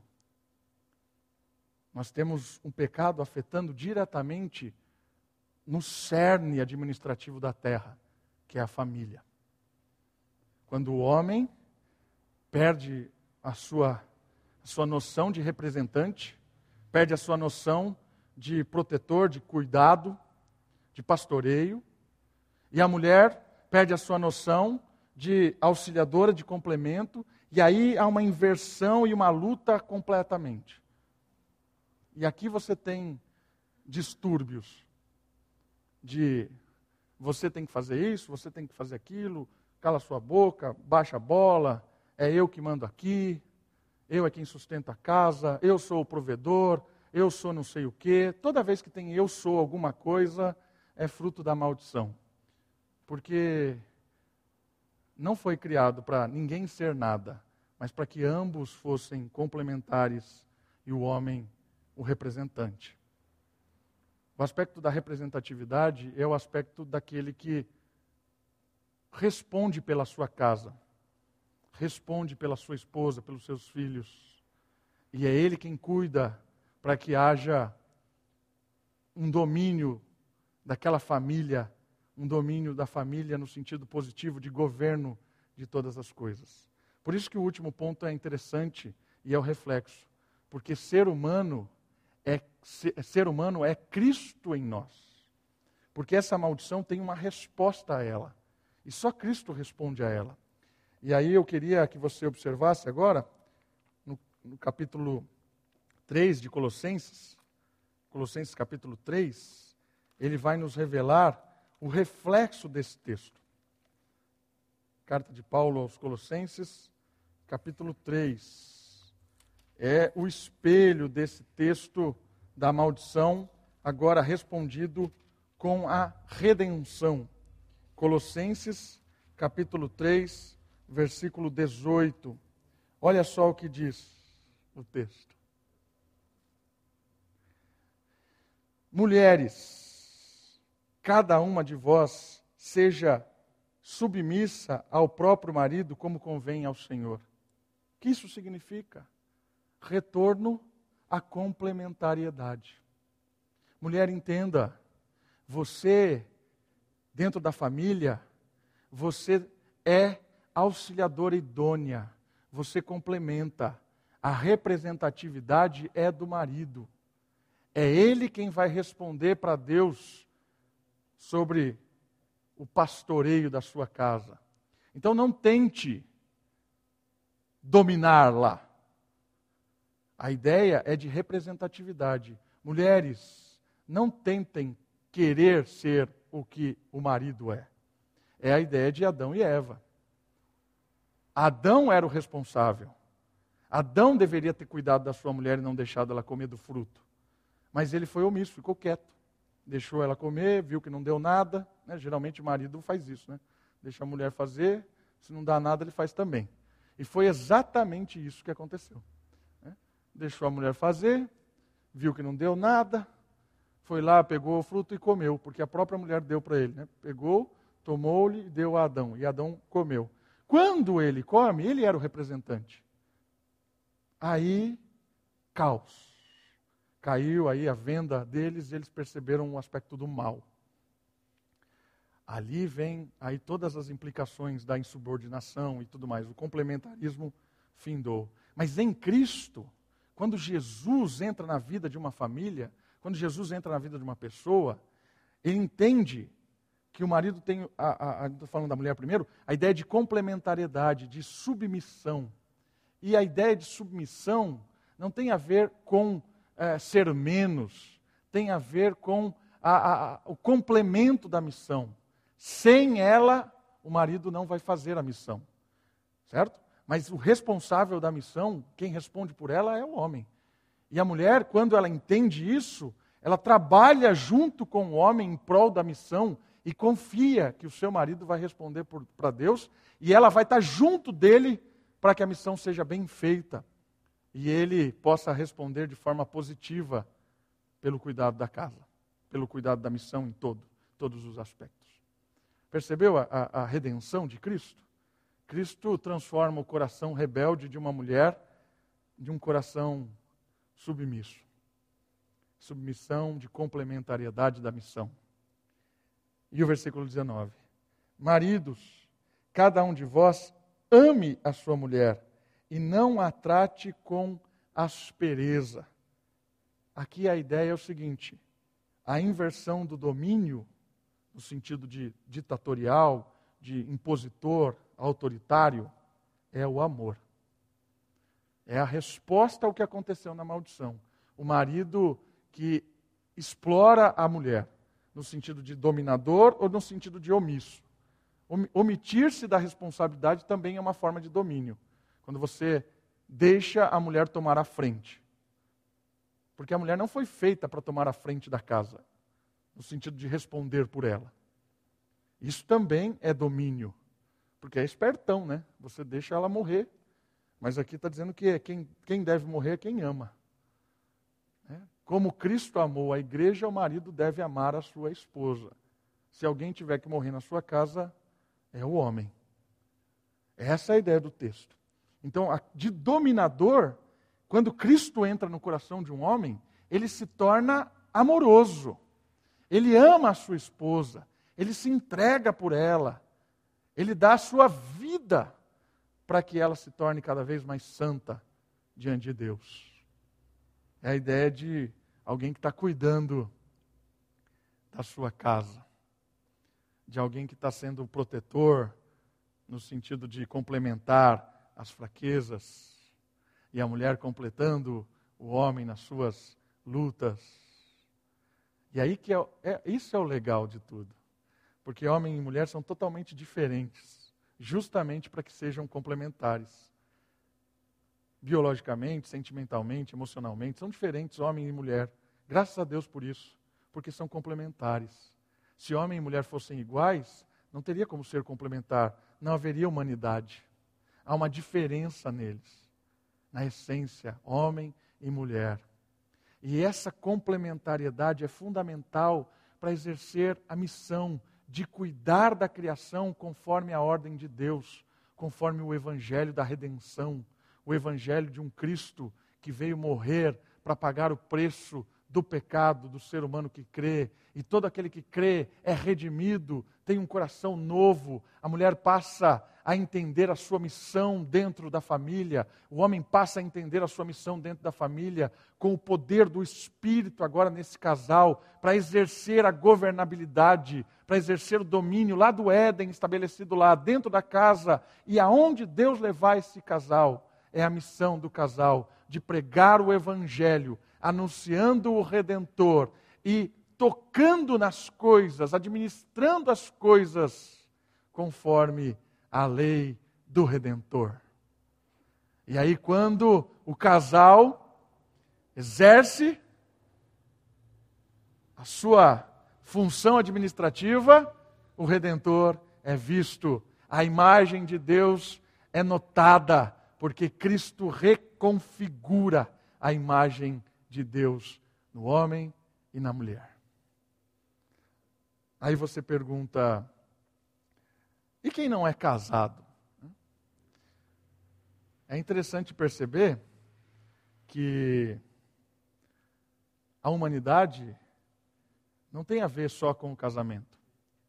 A: Nós temos um pecado afetando diretamente no cerne administrativo da terra, que é a família. Quando o homem perde a sua, a sua noção de representante, perde a sua noção de protetor, de cuidado, de pastoreio, e a mulher perde a sua noção de auxiliadora, de complemento, e aí há uma inversão e uma luta completamente. E aqui você tem distúrbios de você tem que fazer isso, você tem que fazer aquilo, cala sua boca, baixa a bola, é eu que mando aqui, eu é quem sustenta a casa, eu sou o provedor, eu sou não sei o quê. Toda vez que tem eu sou alguma coisa, é fruto da maldição. Porque não foi criado para ninguém ser nada, mas para que ambos fossem complementares e o homem o representante. O aspecto da representatividade é o aspecto daquele que responde pela sua casa, responde pela sua esposa, pelos seus filhos. E é ele quem cuida para que haja um domínio daquela família, um domínio da família no sentido positivo de governo de todas as coisas. Por isso que o último ponto é interessante e é o reflexo. Porque ser humano é, ser humano é Cristo em nós. Porque essa maldição tem uma resposta a ela. E só Cristo responde a ela. E aí eu queria que você observasse agora, no, no capítulo três de Colossenses, Colossenses capítulo três, ele vai nos revelar o reflexo desse texto. Carta de Paulo aos Colossenses, capítulo três. é o espelho desse texto da maldição, agora respondido com a redenção. Colossenses, capítulo três, versículo dezoito. Olha só o que diz o texto. Mulheres, cada uma de vós seja submissa ao próprio marido como convém ao Senhor. O que isso significa? Retorno à complementariedade. Mulher, entenda, você, dentro da família, você é auxiliadora idônea, você complementa. A representatividade é do marido. É ele quem vai responder para Deus sobre o pastoreio da sua casa. Então não tente dominá-la. A ideia é de representatividade. Mulheres, não tentem querer ser o que o marido é. É a ideia de Adão e Eva. Adão era o responsável. Adão deveria ter cuidado da sua mulher e não deixado ela comer do fruto. Mas ele foi omisso, ficou quieto. Deixou ela comer, viu que não deu nada. Né? Geralmente o marido faz isso, né? Deixa a mulher fazer, se não dá nada ele faz também. E foi exatamente isso que aconteceu. Né? Deixou a mulher fazer, viu que não deu nada, foi lá, pegou o fruto e comeu, porque a própria mulher deu para ele. Né? Pegou, tomou-lhe e deu a Adão, e Adão comeu. Quando ele come, ele era o representante. Aí, caos. Caiu aí a venda deles e eles perceberam o aspecto do mal. Ali vem aí todas as implicações da insubordinação e tudo mais. O complementarismo findou. Mas em Cristo, quando Jesus entra na vida de uma família, quando Jesus entra na vida de uma pessoa, ele entende que o marido tem, estou falando da mulher primeiro, a ideia de complementariedade, de submissão. E a ideia de submissão não tem a ver com É, ser menos, tem a ver com a, a, o complemento da missão. Sem ela, o marido não vai fazer a missão, certo? Mas o responsável da missão, quem responde por ela é o homem. E a mulher, quando ela entende isso, ela trabalha junto com o homem em prol da missão e confia que o seu marido vai responder para Deus e ela vai estar junto dele para que a missão seja bem feita. E ele possa responder de forma positiva pelo cuidado da casa, pelo cuidado da missão em todo, todos os aspectos. Percebeu a, a, a redenção de Cristo? Cristo transforma o coração rebelde de uma mulher de um coração submisso. Submissão de complementariedade da missão. E o versículo dezenove. Maridos, cada um de vós ame a sua mulher, e não a trate com aspereza. Aqui a ideia é o seguinte, a inversão do domínio, no sentido de ditatorial, de impositor, autoritário, é o amor. É a resposta ao que aconteceu na maldição. O marido que explora a mulher, no sentido de dominador ou no sentido de omisso. Omitir-se da responsabilidade também é uma forma de domínio. Quando você deixa a mulher tomar a frente. Porque a mulher não foi feita para tomar a frente da casa, no sentido de responder por ela. Isso também é domínio, porque é espertão, né? Você deixa ela morrer, mas aqui está dizendo que quem, quem deve morrer é quem ama. É? Como Cristo amou a igreja, o marido deve amar a sua esposa. Se alguém tiver que morrer na sua casa, é o homem. Essa é a ideia do texto. Então, de dominador, quando Cristo entra no coração de um homem, ele se torna amoroso. Ele ama a sua esposa, ele se entrega por ela, ele dá a sua vida para que ela se torne cada vez mais santa diante de Deus. É a ideia de alguém que está cuidando da sua casa, de alguém que está sendo o protetor, no sentido de complementar as fraquezas, e a mulher completando o homem nas suas lutas. E aí que é, é, isso é o legal de tudo. Porque homem e mulher são totalmente diferentes, justamente para que sejam complementares. biologicamente, sentimentalmente, emocionalmente, são diferentes, homem e mulher. Graças a Deus por isso, porque são complementares. Se homem e mulher fossem iguais, não teria como ser complementar, não haveria humanidade. Há uma diferença neles, na essência, homem e mulher. E essa complementariedade é fundamental para exercer a missão de cuidar da criação conforme a ordem de Deus, conforme o evangelho da redenção, o evangelho de um Cristo que veio morrer para pagar o preço do pecado do ser humano que crê, e todo aquele que crê é redimido, tem um coração novo. A mulher passa a entender a sua missão dentro da família, o homem passa a entender a sua missão dentro da família, com o poder do Espírito agora nesse casal, para exercer a governabilidade, para exercer o domínio lá do Éden, estabelecido lá dentro da casa, e aonde Deus levar esse casal, é a missão do casal, de pregar o Evangelho, anunciando o Redentor e tocando nas coisas, administrando as coisas conforme a lei do Redentor. E aí quando o casal exerce a sua função administrativa, o Redentor é visto, a imagem de Deus é notada, porque Cristo reconfigura a imagem de Deus no homem e na mulher. Aí você pergunta, e quem não é casado? É interessante perceber que a humanidade não tem a ver só com o casamento.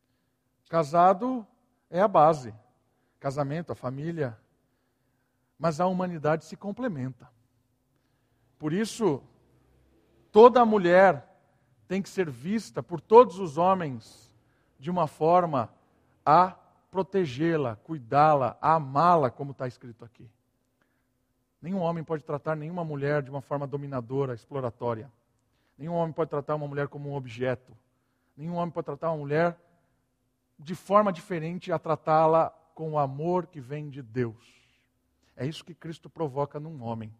A: Casado é a base, casamento, a família, mas a humanidade se complementa. Por isso, toda mulher tem que ser vista por todos os homens de uma forma a protegê-la, cuidá-la, a amá-la, como está escrito aqui. Nenhum homem pode tratar nenhuma mulher de uma forma dominadora, exploratória. Nenhum homem pode tratar uma mulher como um objeto. Nenhum homem pode tratar uma mulher de forma diferente a tratá-la com o amor que vem de Deus. É isso que Cristo provoca num homem.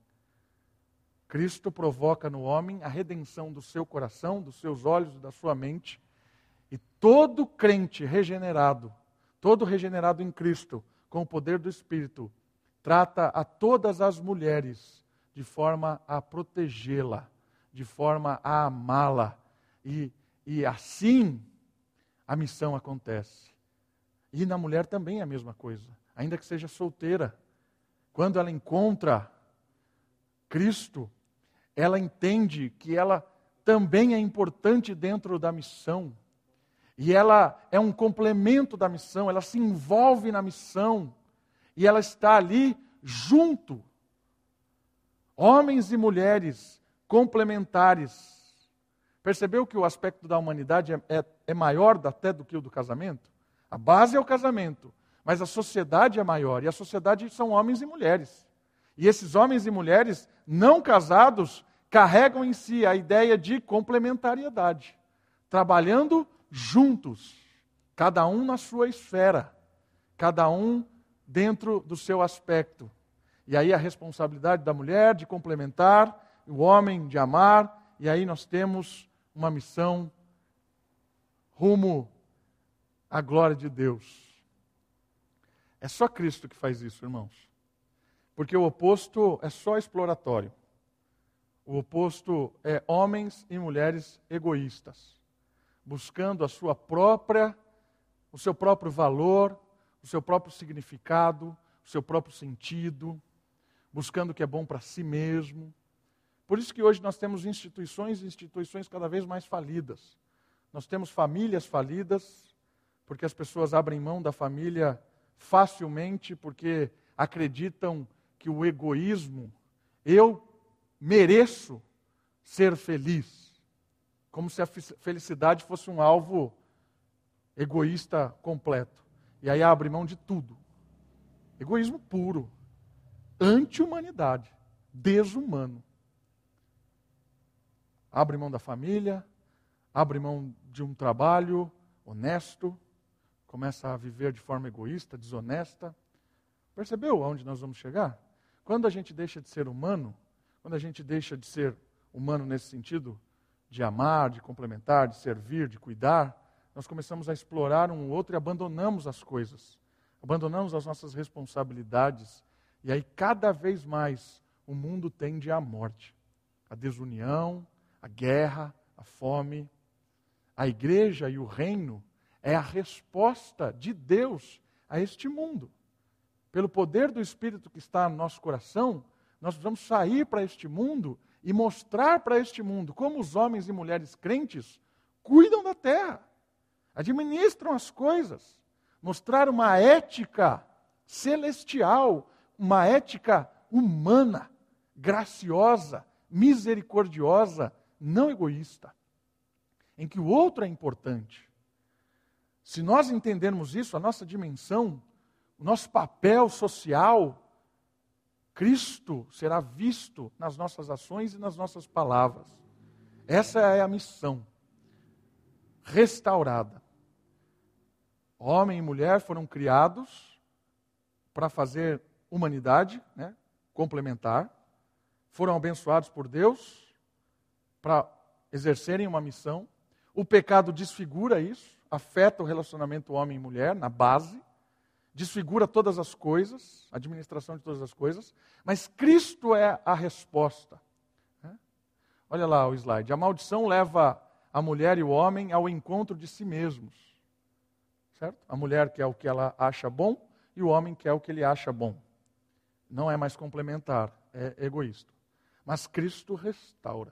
A: Cristo provoca no homem a redenção do seu coração, dos seus olhos e da sua mente. E todo crente regenerado, todo regenerado em Cristo, com o poder do Espírito, trata a todas as mulheres de forma a protegê-la, de forma a amá-la. E, e assim a missão acontece. E na mulher também é a mesma coisa, ainda que seja solteira. Quando ela encontra Cristo, ela entende que ela também é importante dentro da missão. E ela é um complemento da missão, ela se envolve na missão. E ela está ali junto. Homens e mulheres complementares. Percebeu que o aspecto da humanidade é, é, é maior até do que o do casamento? A base é o casamento, mas a sociedade é maior. E a sociedade são homens e mulheres. E esses homens e mulheres não casados carregam em si a ideia de complementariedade, trabalhando juntos, cada um na sua esfera, cada um dentro do seu aspecto. E aí a responsabilidade da mulher de complementar, o homem de amar, e aí nós temos uma missão rumo à glória de Deus. É só Cristo que faz isso, irmãos. Porque o oposto é só exploratório. O oposto é homens e mulheres egoístas, buscando a sua própria, o seu próprio valor, o seu próprio significado, o seu próprio sentido, buscando o que é bom para si mesmo. Por isso que hoje nós temos instituições e instituições cada vez mais falidas. Nós temos famílias falidas, porque as pessoas abrem mão da família facilmente, porque acreditam que o egoísmo, eu mereço ser feliz, como se a felicidade fosse um alvo egoísta completo. E aí abre mão de tudo. Egoísmo puro, anti-humanidade, desumano. Abre mão da família, abre mão de um trabalho honesto, começa a viver de forma egoísta, desonesta. Percebeu aonde nós vamos chegar? quando a gente deixa de ser humano, quando a gente deixa de ser humano nesse sentido, de amar, de complementar, de servir, de cuidar, nós começamos a explorar um outro e abandonamos as coisas. Abandonamos as nossas responsabilidades. E aí, cada vez mais, o mundo tende à morte. A desunião, a guerra, a fome. A igreja e o reino é a resposta de Deus a este mundo. Pelo poder do Espírito que está no nosso coração, nós precisamos sair para este mundo e mostrar para este mundo como os homens e mulheres crentes cuidam da terra, administram as coisas, mostrar uma ética celestial, uma ética humana, graciosa, misericordiosa, não egoísta, em que o outro é importante. Se nós entendermos isso, a nossa dimensão, o nosso papel social, Cristo será visto nas nossas ações e nas nossas palavras. Essa é a missão restaurada. Homem e mulher foram criados para fazer humanidade, né, complementar. Foram abençoados por Deus para exercerem uma missão. O pecado desfigura isso, afeta o relacionamento homem e mulher na base, desfigura todas as coisas, a administração de todas as coisas, mas Cristo é a resposta. Olha lá o slide. A maldição leva a mulher e o homem ao encontro de si mesmos. Certo? A mulher quer o que ela acha bom e o homem quer o que ele acha bom. Não é mais complementar, é egoísta. Mas Cristo restaura.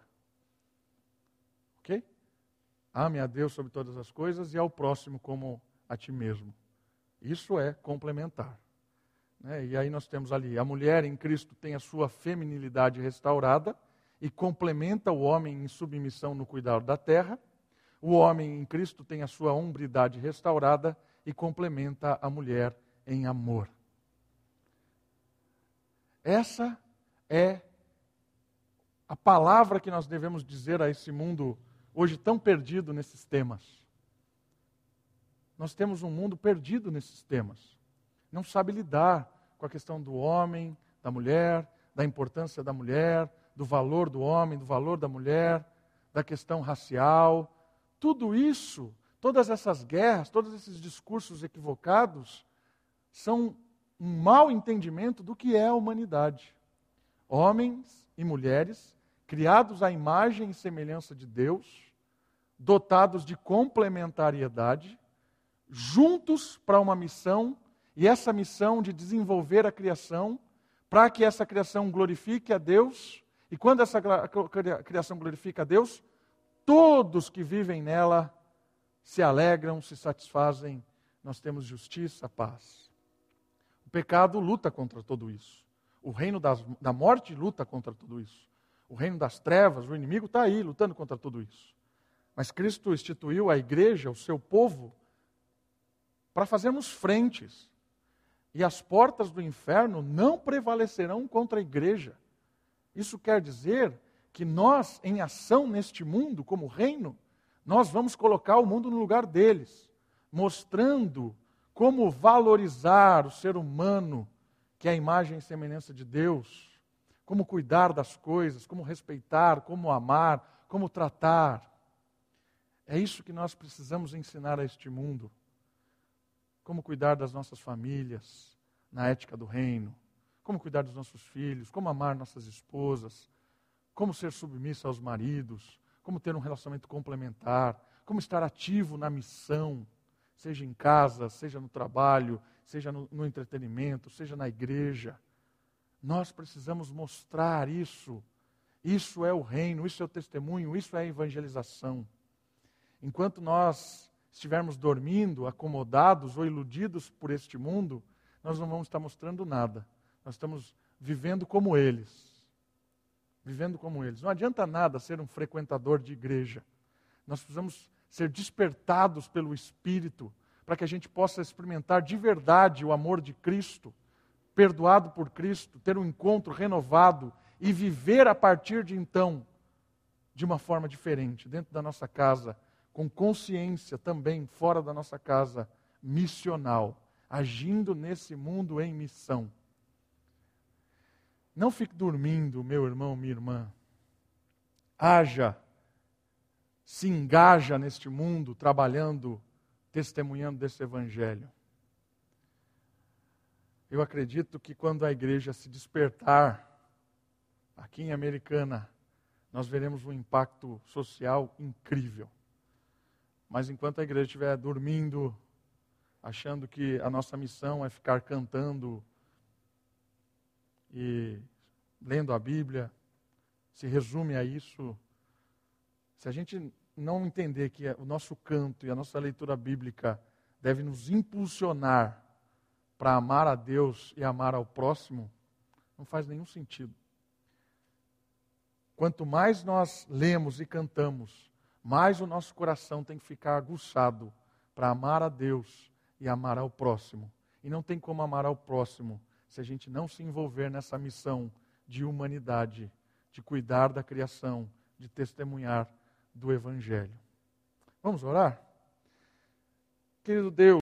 A: Ok? Ame a Deus sobre todas as coisas e ao próximo como a ti mesmo. Isso é complementar. Né? E aí nós temos ali, a mulher em Cristo tem a sua feminilidade restaurada e complementa o homem em submissão no cuidado da terra. O homem em Cristo tem a sua hombridade restaurada e complementa a mulher em amor. Essa é a palavra que nós devemos dizer a esse mundo hoje tão perdido nesses temas. Nós temos um mundo perdido nesses temas. Não sabe lidar com a questão do homem, da mulher, da importância da mulher, do valor do homem, do valor da mulher, da questão racial. Tudo isso, todas essas guerras, todos esses discursos equivocados, são um mau entendimento do que é a humanidade. Homens e mulheres, criados à imagem e semelhança de Deus, dotados de complementariedade, juntos para uma missão, e essa missão de desenvolver a criação, para que essa criação glorifique a Deus, e quando essa criação glorifica a Deus, todos que vivem nela se alegram, se satisfazem, nós temos justiça, paz. O pecado luta contra tudo isso. O reino das, da morte luta contra tudo isso. O reino das trevas, o inimigo está aí lutando contra tudo isso. Mas Cristo instituiu a igreja, o seu povo, para fazermos frentes. E as portas do inferno não prevalecerão contra a igreja. Isso quer dizer que nós, em ação neste mundo, como reino, nós vamos colocar o mundo no lugar deles, mostrando como valorizar o ser humano, que é a imagem e semelhança de Deus, como cuidar das coisas, como respeitar, como amar, como tratar. É isso que nós precisamos ensinar a este mundo. Como cuidar das nossas famílias, na ética do reino, como cuidar dos nossos filhos, como amar nossas esposas, como ser submissa aos maridos, como ter um relacionamento complementar, como estar ativo na missão, seja em casa, seja no trabalho, seja no, no entretenimento, seja na igreja. Nós precisamos mostrar isso. Isso é o reino, isso é o testemunho, isso é a evangelização. Enquanto nós estivermos dormindo, acomodados ou iludidos por este mundo, nós não vamos estar mostrando nada. Nós estamos vivendo como eles. Vivendo como eles. Não adianta nada ser um frequentador de igreja. Nós precisamos ser despertados pelo Espírito, para que a gente possa experimentar de verdade o amor de Cristo, perdoado por Cristo, ter um encontro renovado e viver a partir de então, de uma forma diferente, dentro da nossa casa, com consciência também, fora da nossa casa, missional, agindo nesse mundo em missão. Não fique dormindo, meu irmão, minha irmã. Haja, se engaja neste mundo, trabalhando, testemunhando desse evangelho. Eu acredito que quando a igreja se despertar, aqui em Americana, nós veremos um impacto social incrível. Mas enquanto a igreja estiver dormindo, achando que a nossa missão é ficar cantando e lendo a Bíblia, se resume a isso. Se a gente não entender que o nosso canto e a nossa leitura bíblica deve nos impulsionar para amar a Deus e amar ao próximo, não faz nenhum sentido. Quanto mais nós lemos e cantamos, mais o nosso coração tem que ficar aguçado para amar a Deus e amar ao próximo. E não tem como amar ao próximo se a gente não se envolver nessa missão de humanidade, de cuidar da criação, de testemunhar do Evangelho. Vamos orar? Querido Deus,